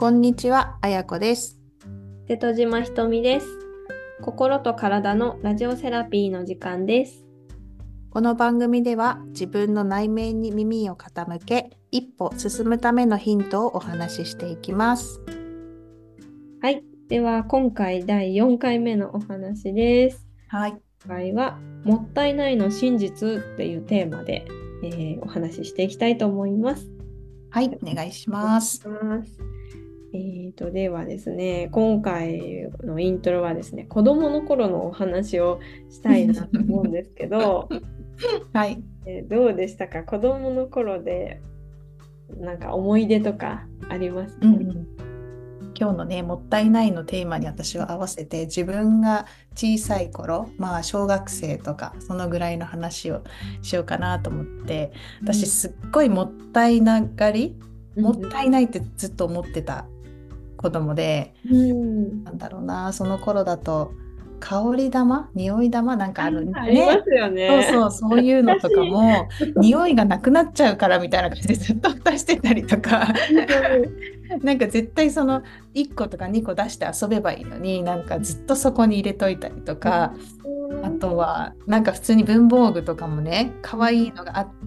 こんにちは、あやこです。 瀬戸島ひとみです。心と体のラジオセラピーの時間です。 この番組では自分の内面に耳を傾け、一歩進むためのヒントをお話ししていきます。 はい。では、今回第4回目のお話です。 はい。 今回は、もったいないの真実っていうテーマで、お話ししていきたいと思います。 はい、お願いします。 ではですね、今回のイントロはですね、子供の頃のお話をしたいなと思うんですけど、 はい。 どうでしたか？子供の頃でなんか思い出とかありますか？ 今日のね、もったいないのテーマに私は合わせて、自分が小さい頃、小学生とかそのぐらいの話をしようかなと思って、私すっごいもったいながり、もったいないってずっと思ってた子供で、なんだろうな、その頃だと香り玉、匂い玉なんかあるありまね。 すよね。 そういうのとか私、 も匂いがなくなっちゃうからみたいな感じでずっと蓋してたりとかなんか絶対その1個とか2個出して遊べばいいのに、なんかずっとそこに入れといたりとか、あとはなんか普通に文房具とかもね、可愛いのがあって、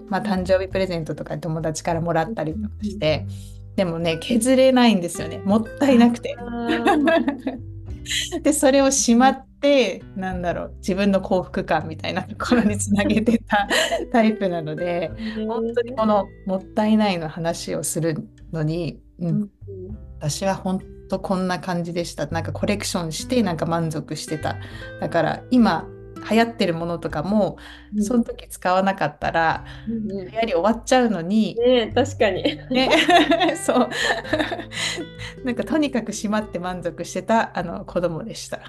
誕生日プレゼントとか友達からもらったりとかして、でもね、削れないんですよね。もったいなくて。で、それをしまって、なんだろう、自分の幸福感みたいなところにつなげてたタイプなので、本当にこのもったいないの話をするのに、私は本当こんな感じでした。なんかコレクションして、なんか満足してた。だから今、流行ってるものとかも、その時使わなかったら、流行り終わっちゃうのに、 ね、確かに。 ね、そう。なんかとにかくしまって満足してた子供でした。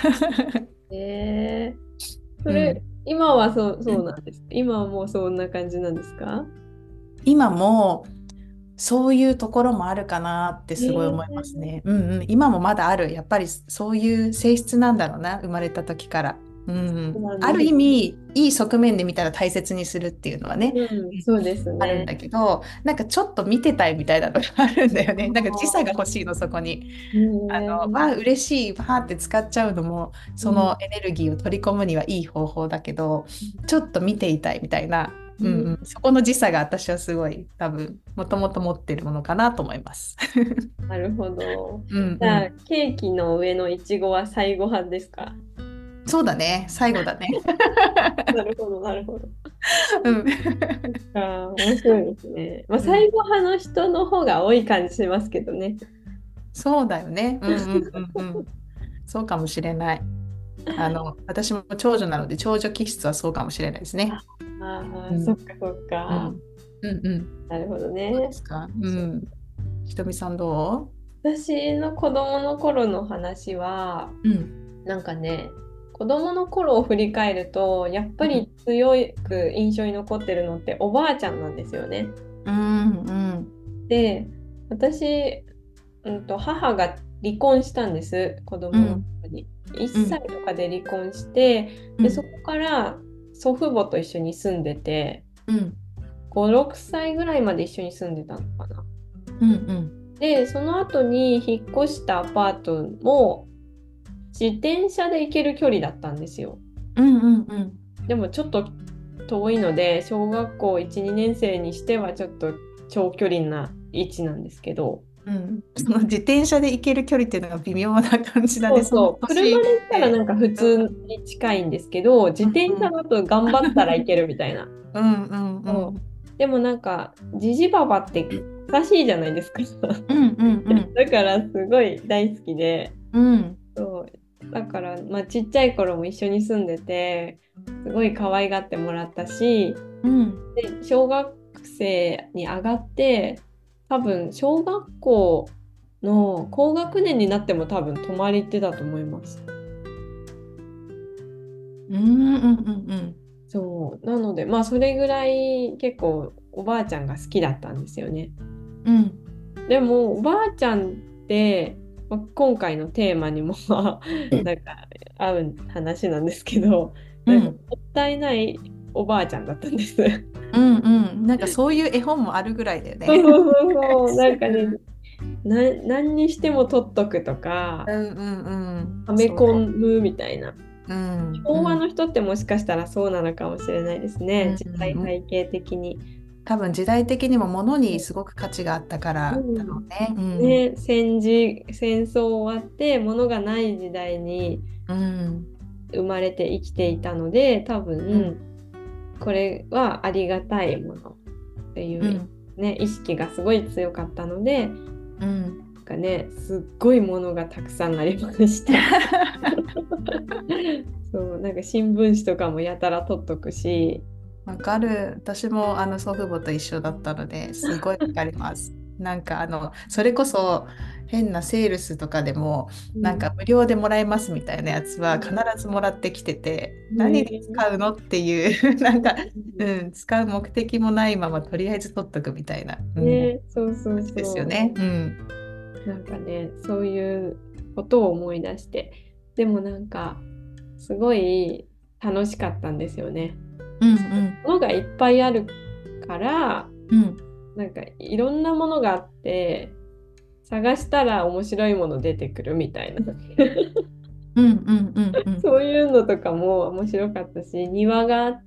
それ、 うん、 今はそうなんです。今はもうそんな感じなんですか？ 今もそういうところもあるかなってえすごい思いますーね。今もまだある。やっぱりそういう性質なんだろうな、生まれた時から。 そうなんある意です。 味、いい側面で見たら大切にするっていうのはね、 そうですね。 あるんだけど、なんかちょっと見てたいみたいなのがあるんだよね。なんか時差が欲しいの、そこに。嬉しい、わーって使っちゃうのも、そのエネルギーを取り込むにはいい方法だけど、ちょっと見ていたいみたいな、そこの時差が私はすごい、多分、もともと持ってるものかなと思います。 なるほど。 うんうん。 じゃあ、ケーキの上のいちごは最後派ですか？ そうだね、最後だね。 なるほど、なるほど。 うん。 面白いですね。 うん、 最後派の人の方が多い感じしますけどね。 そうだよね。そうかもしれない。私も長女なので、長女気質はそうかもしれないですね。うん。 そっかそっか。 うん。うんうん。 なるほどどうでね。 すか？うん。ひとみさんど私の子供の頃の話は、 う？うん。 なんかね、子供の頃を振り返ると、やっぱうんり強く印象に残ってるのっておばあちゃんなんですよね。 うんで、私、母が離婚したんです、子供のうん頃に。1 うん歳とかで離婚して、で、そうんこから祖父母と一緒に住んでて、 うん 5、6歳ぐらいまで一緒に住んでたのかな。 うんうんで、その後に引っ越したアパートも自転車で行ける距離だったんですよ。 うんうんでもちょっと遠いので、小学校1、2年生にしてはちょっと長距離な位置なんですけど、 その自転車で行ける距離っていうのが微妙な感じだね。そのそうそう、車年で行ったらで。 なんか普通に近いんですけど、自転車だと頑張ったらいけるみたいな。 うんうんうそんうでもなんか、ジジババって優しいじゃないですか。 うんうんうんだからすごい大好きで、 うんそうだから、ちっちゃい頃も一緒に住んでて、すごい可愛がってもらったし、 うんで、小学生に上がって、多分、小学校の高学年になっても多分泊まり行ってたと思います。 うんうんそう。なので、それぐらい結構おばあちゃんが好きだったんですよね。 うんでも、おばあちゃんって、今回のテーマにもなんか合う話なんですけど、なんかもうんったいないおばあちゃんだったんです。 うんなんかそういう絵本もあるぐらいだよね。 そうそうそうそう。なんかね、 何にしても取っとくとか、 うんうんうん。 はめ込むみたいな。 うん昭和の人ってもしかしたらそうなのかもしれないですね。時代うん、 背景的に。 多分時代的にも物にすごく価値があったからだろうね。うん。 ね、戦争終わって物がない時代にうん。 生まれて生きていたので、多うん分これはありがたいものっていう、 うんね、意識がすごい強かったので、 うん。 なんかね、すっごいものがたくさんなりました。そう、なんか新聞紙とかもやたら取っとくし、 わかる。私も祖父母と一緒だったのですごいわかります。なんかそれこそ変なセールスとかでもなんか無料でもらえますみたいなやつは必ずもらってきてて、何でね、 使うのっていうなんか、使う目的もないままとりあえず取っとくみたいな、 ね、そうそう感じですよそね。 う。なんかね、そういうことを思い出して、でもなんか、すごい楽しかったんですよね。 うんうんものがいっぱいあるから、 うんなんかいろんなものがあって、探したら面白いもの出てくるみたいな。 うんうんうんうんそういうのとかも面白かったし、庭があって、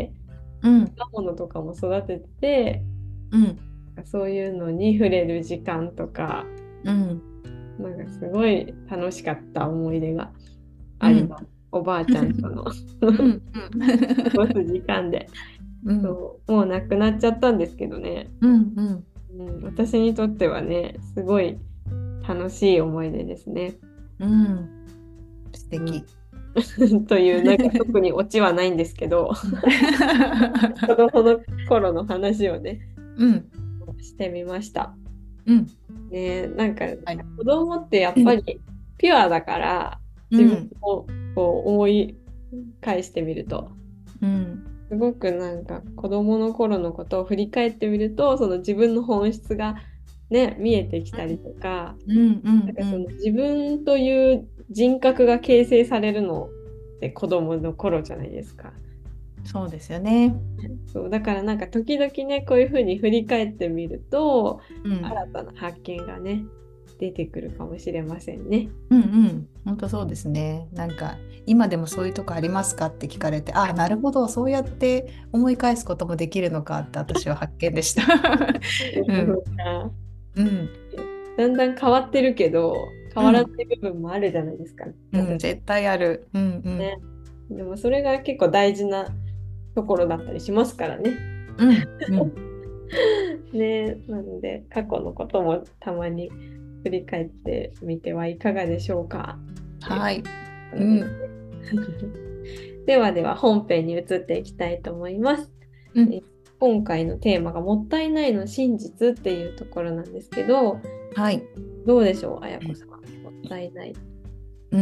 うん果物とかも育てて、 うんそういうのに触れる時間とか、 うんなんかすごい楽しかった思い出がうん。 あります。おばあちゃんとの過うんごす時間で。 うんそう、もうなくなっちゃったんですけどね。 うんうん私にとってはね、すごい楽しい思い出ですね。 うん素う敵。 んという、なんか特にオチはないんですけど、子供の頃の話をね、 うんしてみました。 うんね、なんかはい。 子供ってやっぱりピュアだから、自分うんをこう思い返してみると、 うんすごくなんか子供の頃のことを振り返ってみると、その自分の本質がね、見えてきたりとか、 うんうんなんかそのうん。 自分という人格が形成されるのって子供の頃じゃないですか。 そうですよね。 そうだからなんか時々ね、こういうふうに振り返ってみると、 うん新たな発見がね、出てくるかもしれませんね。 うんうん。本当そうですね。なんか今でもそういうとこありますかって聞かれて、ああ、なるほど、そうやって思い返すこともできるのかって私は発見でした。うんうんだんだん変わってるけど、変わらなうんい部分もあるじゃないですか。 うん、 私絶対ある。うんうんね。でもそれが結構大事なところだったりしますからね。 うんうんね、なので過去のこともたまに振り返ってみてはいかがでしょうか。 はい。 ということうんでではでは本編に移っていきたいと思います。 うん今回のテーマがもったいないの真実っていうところなんですけど、 はい。 どうでしょう、あやこさん。もったいない。 うん、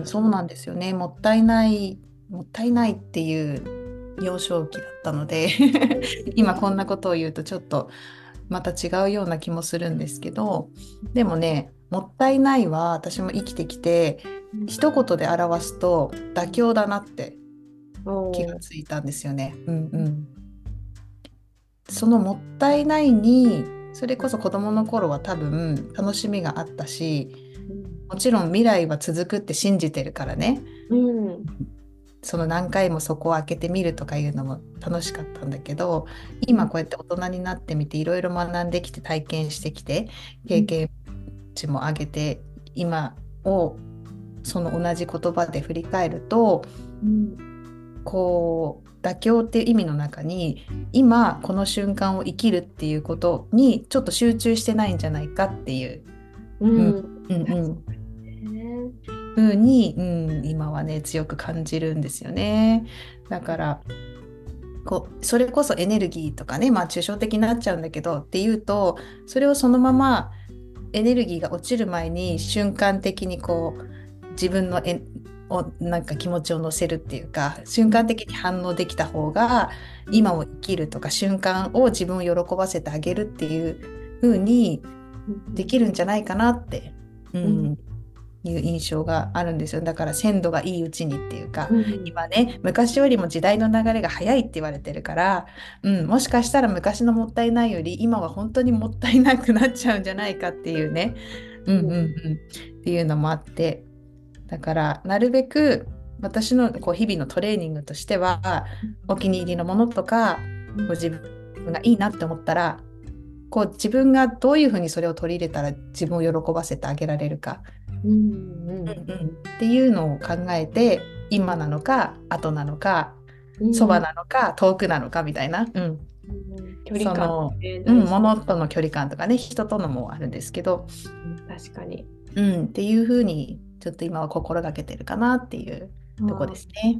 そうなんですよね。もったいない、もったいないっていう幼少期だったので今こんなことを言うとちょっとまた違うような気もするんですけど、でもね、もったいないは私も生きてきて一言で表すと妥協だなって気がおー、 ついたんですよね。うんうん。そのもったいないに、それこそ子供の頃は多分楽しみがあったし、もちろん未来は続くって信じてるからね。 うん、 その何回もそこを開けてみるとかいうのも楽しかったんだけど、 うん、 今こうやって大人になってみていろいろ学んできて体験してきてうん、 経験値も上げて今をその同じ言葉で振り返ると、 うん、 こう妥協っていう意味の中に今この瞬間を生きるっていうことにちょっと集中してないんじゃないかっていう、 ううんん、 うんうん、 ね、 ふうに、今はね強く感じるんですよね。だからそれこそエネルギーとかね、まあ抽象的になっちゃうんだけどっていうと、それをそのままエネルギーが落ちる前に瞬間的にこう自分のなんか気持ちを乗せるっていうか、瞬間的に反応できた方が今を生きるとか瞬間を自分を喜ばせてあげるっていう風にできるんじゃないかなって、 うん、 いう印象があるんですよ。だから鮮度がいいうちにっていうか、 うん。 今ね、昔よりも時代の流れが早いって言われてるから、もしかしたら昔のもったいないより今は本当にもったいなくなっちゃうんじゃないかっていうね、っていうのもあって、だからなるべく私のこう日々のトレーニングとしては、お気に入りのものとか、こう自分がいいなって思ったら、こう自分がどういうふうにそれを取り入れたら自分を喜ばせてあげられるか、っていうのを考えて、今なのか後なのか、そばなのか遠くなのかみたいな、 距離感その、 大事。 物との距離感とかね、人とのもあるんですけど、 確かに。 っていうふうにちょっと今は心がけてるかなっていうとこですね。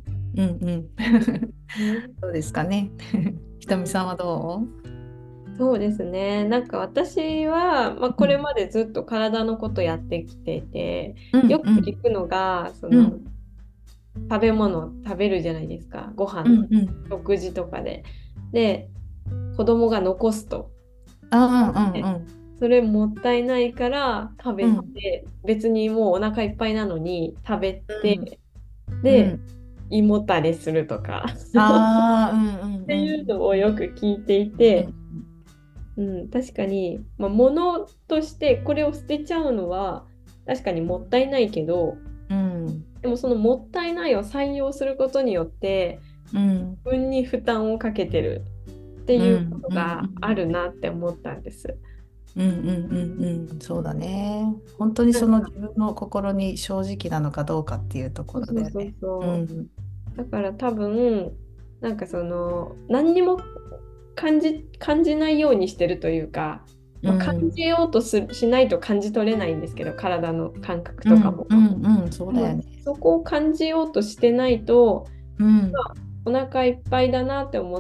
ね、 どうですかね。ひとみさんはどう？ そうですね。なんか私は、これうんまでずっと体のことやってきてて、よくうんうん聞くのが、 うん食べ物食べるじゃないですか。ご飯、 うんうん。 食事とかで。で、子供が残すと。 あうんうでんそれもったいないから食べうんうんて、別にもうお腹いっぱいなのに食べうんて、で、 うん。 胃もたれするとかああうんうんっていうのをうんよく聞いていうんて、確かに、物としてこれを捨てちゃうのは確かにもったいないけど、 うんでもそのもったいないを採用することによってうん自分に負担をかけてるってういうことんうんがあるなって思ったんです。 うんうんうんうんそうだね。本当にその自分の心に正直なのかどうかっていうところそうそうそうだよね。うそう。 んだから多分、なんか何にも感じないようにしてるというか、感うんじようとしないと感じ取れないんですけど、体の感覚うんとかも。 うんそうでもだよね。 そこを感じようとしてないと、 うんお腹いっぱいだなって思って、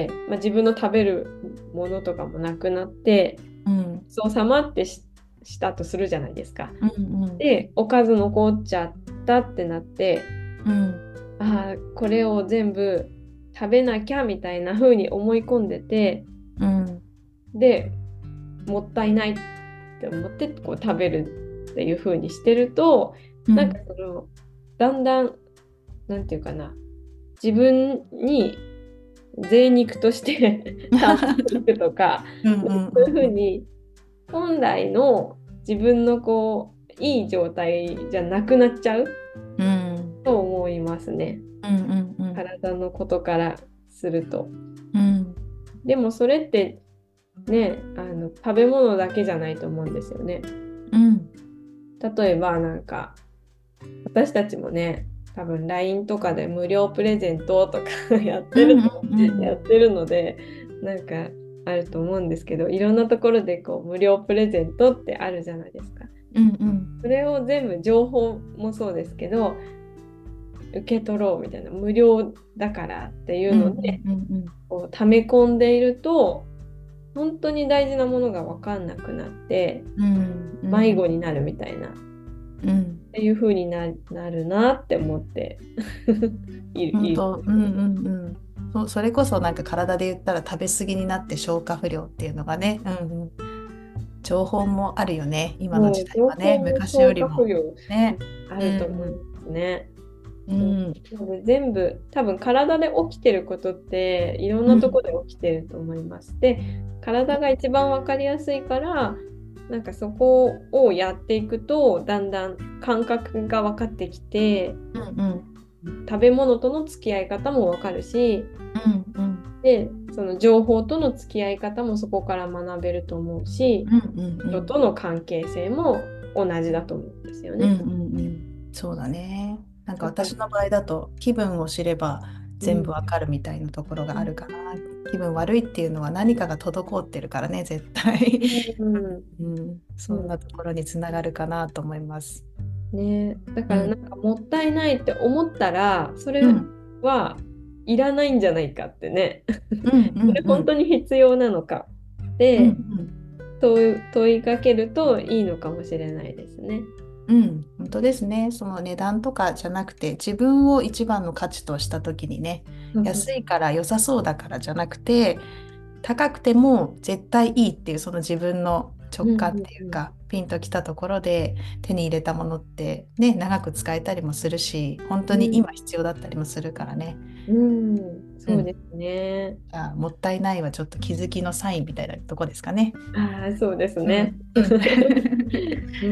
自分の食べるものとかもなくなって、 うんそうさまってしたとするじゃないですか。 うんうんで、おかず残っちゃったってなって、 うんこれを全部食べなきゃみたいな風に思い込んでて、 うんで、もったいないって思ってこう食べるっていう風にしてると、なんかうんだんだん、なんていうかな、自分に贅肉としてタンパク質とか、 うんうんそういううん風に本来の自分のいい状態じゃなくなっちゃううんと思いますね。 うんうんうん体のことからすると。 うんでもそれってね、食べ物だけじゃないと思うんですよね。 うん例えばなんか私たちもね、多分 LINE とかで無料プレゼントとかうんうんやってるので、なんかあると思うんですけど、いろんなところで無料プレゼントってあるじゃないですか。 うんうんそれを全部情報もそうですけど、受け取ろうみたいな、無料だからっていううんので、 うん溜め込んでいると、本当に大事なものが分かんなくなって、 うん迷子になるみたいな、っうんていう風になるなって思っている。 本当それこそなんか体で言ったら食べ過ぎになって消化不良っていうのがね、情報もあるよね、今の時もう情代はね、 報も昔よ消りも化不良ね。 あると思いますね。 うんなので全部多分体で起きてることっていろんうんなところで起きてると思います。で、体が一番わかりやすいから、なんかそこをやっていくとだんだん感覚が分かってきて、 うん食べ物との付き合い方も分かるし、 うんで、その情報との付き合い方もそこから学べると思うし、人との関係性も同じだと思うんですよね。 そうだね。なんかだから私の場合だと気分を知れば全部うんわかるみたいなところがあるから、気分悪いっていうのは何かが滞ってるからね、絶対。 うんそんなところにつながるかなと思います。 ね、だからなうんんかもったいないって思ったらそれうんはいらないんじゃないかってね。 うんうそれ本ん当に必要なのかうんで問いかけるといいのかもしれないですね。 本当ですね。その値段とかじゃなくて、自分を一番の価値としたときにね、 そうそう安いから良さそうだからじゃなくて、高くても絶対いいっていうその自分の直感っていうか、ピンときたところで手に入れたものってね、長く使えたりもするし、本当に今必要だったりもするからね。うん。 そうですね。 じゃあ、もったいないはちょっと気づきのサインみたいなとこですかね。 ああ、そうですね。 うん。うん。 うん、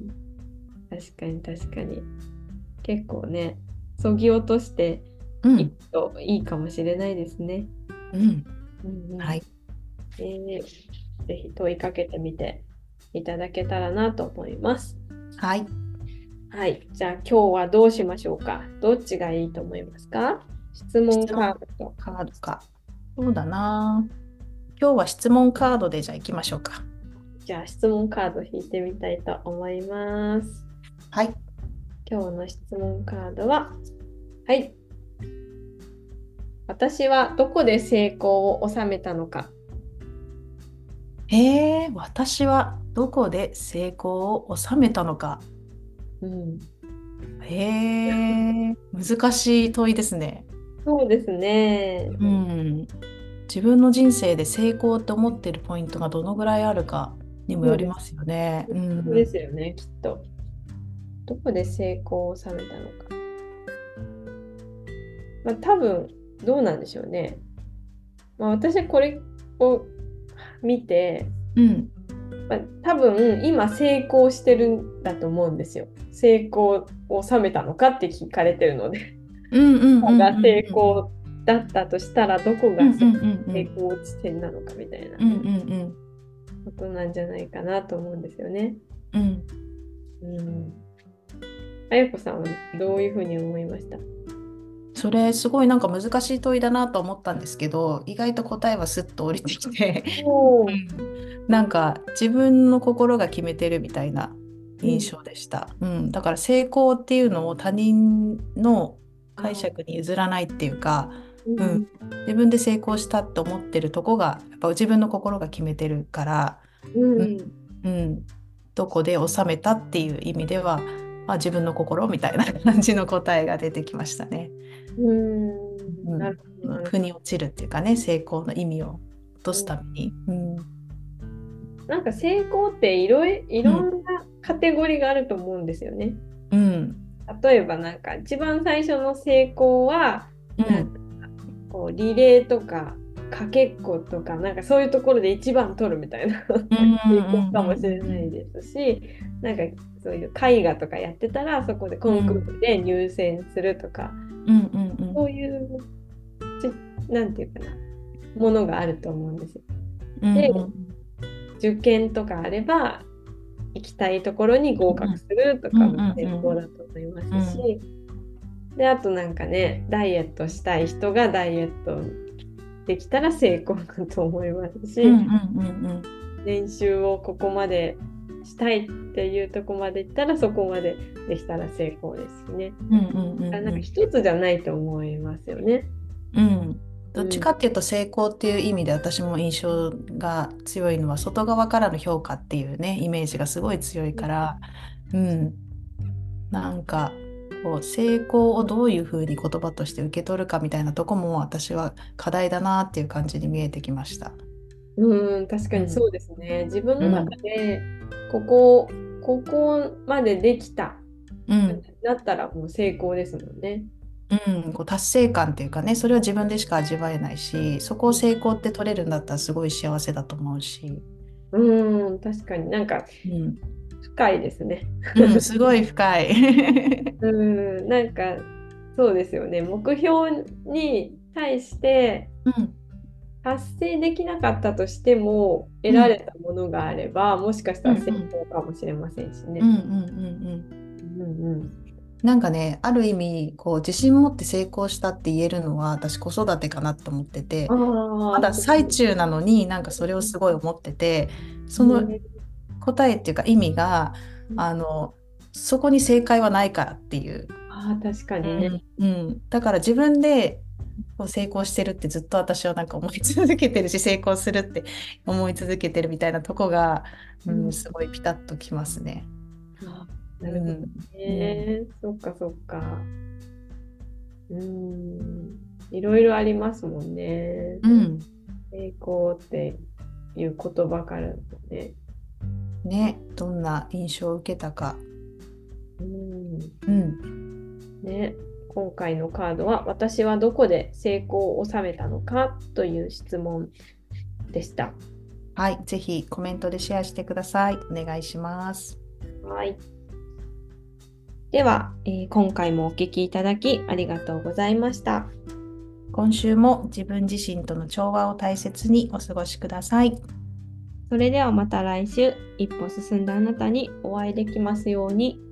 確かに確かに。結構ね、そぎ落としていくうん。 といいかもしれないですね。 うん。 うんうん。 はい。 ぜひ問いかけてみていただけたらなと思います。 はい。 はい。じゃあ今日はどうしましょうか。どっちがいいと思いますか？質問質問カードと。 カードか。そうだな。今日は質問カードでじゃあ行きましょうか。 じゃあ質問カード引いてみたいと思います。 はい。 今日の質問カードは、はい。私はどこで成功を収めたのか。 私はどこで成功を収めたのか。 うん、 難しい問いですね。 そうですね。 うん。自分の人生で成功って思ってるポイントがどのぐらいあるかにもそうです。 よりますよね。うそうでん。 すよね、きっと。どこで成功を収めたのか。まあ、多分、どうなんでしょうね。まあ、私、これを見て、 うん。 まあ、多分、今、成功してるんだと思うんですよ。成功を収めたのかって聞かれてるので。 うんうんうんうんが成うんうん功だったとしたら、どこが成うんうんうん功地点なのかみたいなうんうんことなんじゃないかなと思うんですよね。 うん。 うん。あやこさんはどういうふうに思いました？ それすごいなんか難しい問いだなと思ったんですけど、意外と答えはスッと降りてきて、うおー。 ん、なんか自分の心が決めてるみたいなうん。 印象でした。うん、だから成功っていうのを他人の解あ、 釈に譲らないっていうか、うん、 うん自分で成功したと思ってるとこがやっぱ自分の心が決めてるから、 うん。 うん、 うん。 うん、どこで収めたっていう意味では、まあ、自分の心みたいな感じの答えが出てきましたね。 なるうん、 ほど、なるほど。 腑に落ちるっていうかね、成功の意味を落とすうん。 ために。うん。 なんか成功っていうん。 ろんなカテゴリーがあると思うんですよね。 うん。 例えばなんか一番最初の成功は、なんかうん。 こうリレーとかかけっことかなんかそういうところで一番取るみたいなうん。 成功うん。 かもしれないですし、なんかそういう絵画とかやってたらそこでコンクーうん。 ルで入選するとか、 うん。うん。うん。 そういうなんていうかな、ものがあると思うんですよ。 うん。 で、 うん。 受験とかあれば行きたいところに合格するとうん。 かも成うん。 功だと思いまうん。 すし、で、あとなんかね、ダイエットしたい人がダイエットできたら成功だと思いますうん。 し、 うん。 練習をここまでしたいっていうとこまでいったらそこまでできたら成功ですしね。 うん。うん。 なんか一つじゃないと思いますよね。 うん。どっちうん。 かっていうと成功っていう意味で私も印象が強いのは外側からの評価っていうねイメージがすごい強いから、うん、なんかこう成功をどういうふうに言葉として受け取るかみたいなとこも私は課題だなっていう感じに見えてきました。 確かうん、 にそうですね。自分の中うん、 でここ、ここまでできた。 うん、 だったらもう成功ですもんね。 うん、こう達成感っていうかね、それは自分でしか味わえないし、そこを成功って取れるんだったらすごい幸せだと思うし、 確かになんかうん、 深いですね。 うん、すごい深い。 なんかそうですよね。目標に対してうん、 達成できなかったとしても得うん、 られたものがあればもしかしたうん、 ら成うん、 功かもしれませんしね。 うん、うん、うんうん。 うんうん。 なんかね、ある意味、こう、自信持って成功したって言えるのは、私子育てかなと思ってて、まああ、 だ最中なのになんかそれをすごい思ってて、そのね。 答えっていうか意味が、あの、そこに正解はないからっていう。 ああ、確かにね。 うん、うん。だから自分でこう成功してるってずっと私はなんか思い続けてるし、成功するって思い続けてるみたいなとこが、うん、すごいピタッときますね。 あ、なるほどうん、うん、 ね。そっかそっか。いろいろありますもんね。 うん、 成功っていう言葉からもね。 ね、どんな印象を受けたか。 うんうん。 ね、今回のカードは私はどこで成功を収めたのかという質問でした。 はい、ぜひコメントでシェアしてください。お願いします。 はい。では、今回もお聞きいただきありがとうございました。 今週も自分自身との調和を大切にお過ごしください。 それではまた来週、一歩進んだあなたにお会いできますように。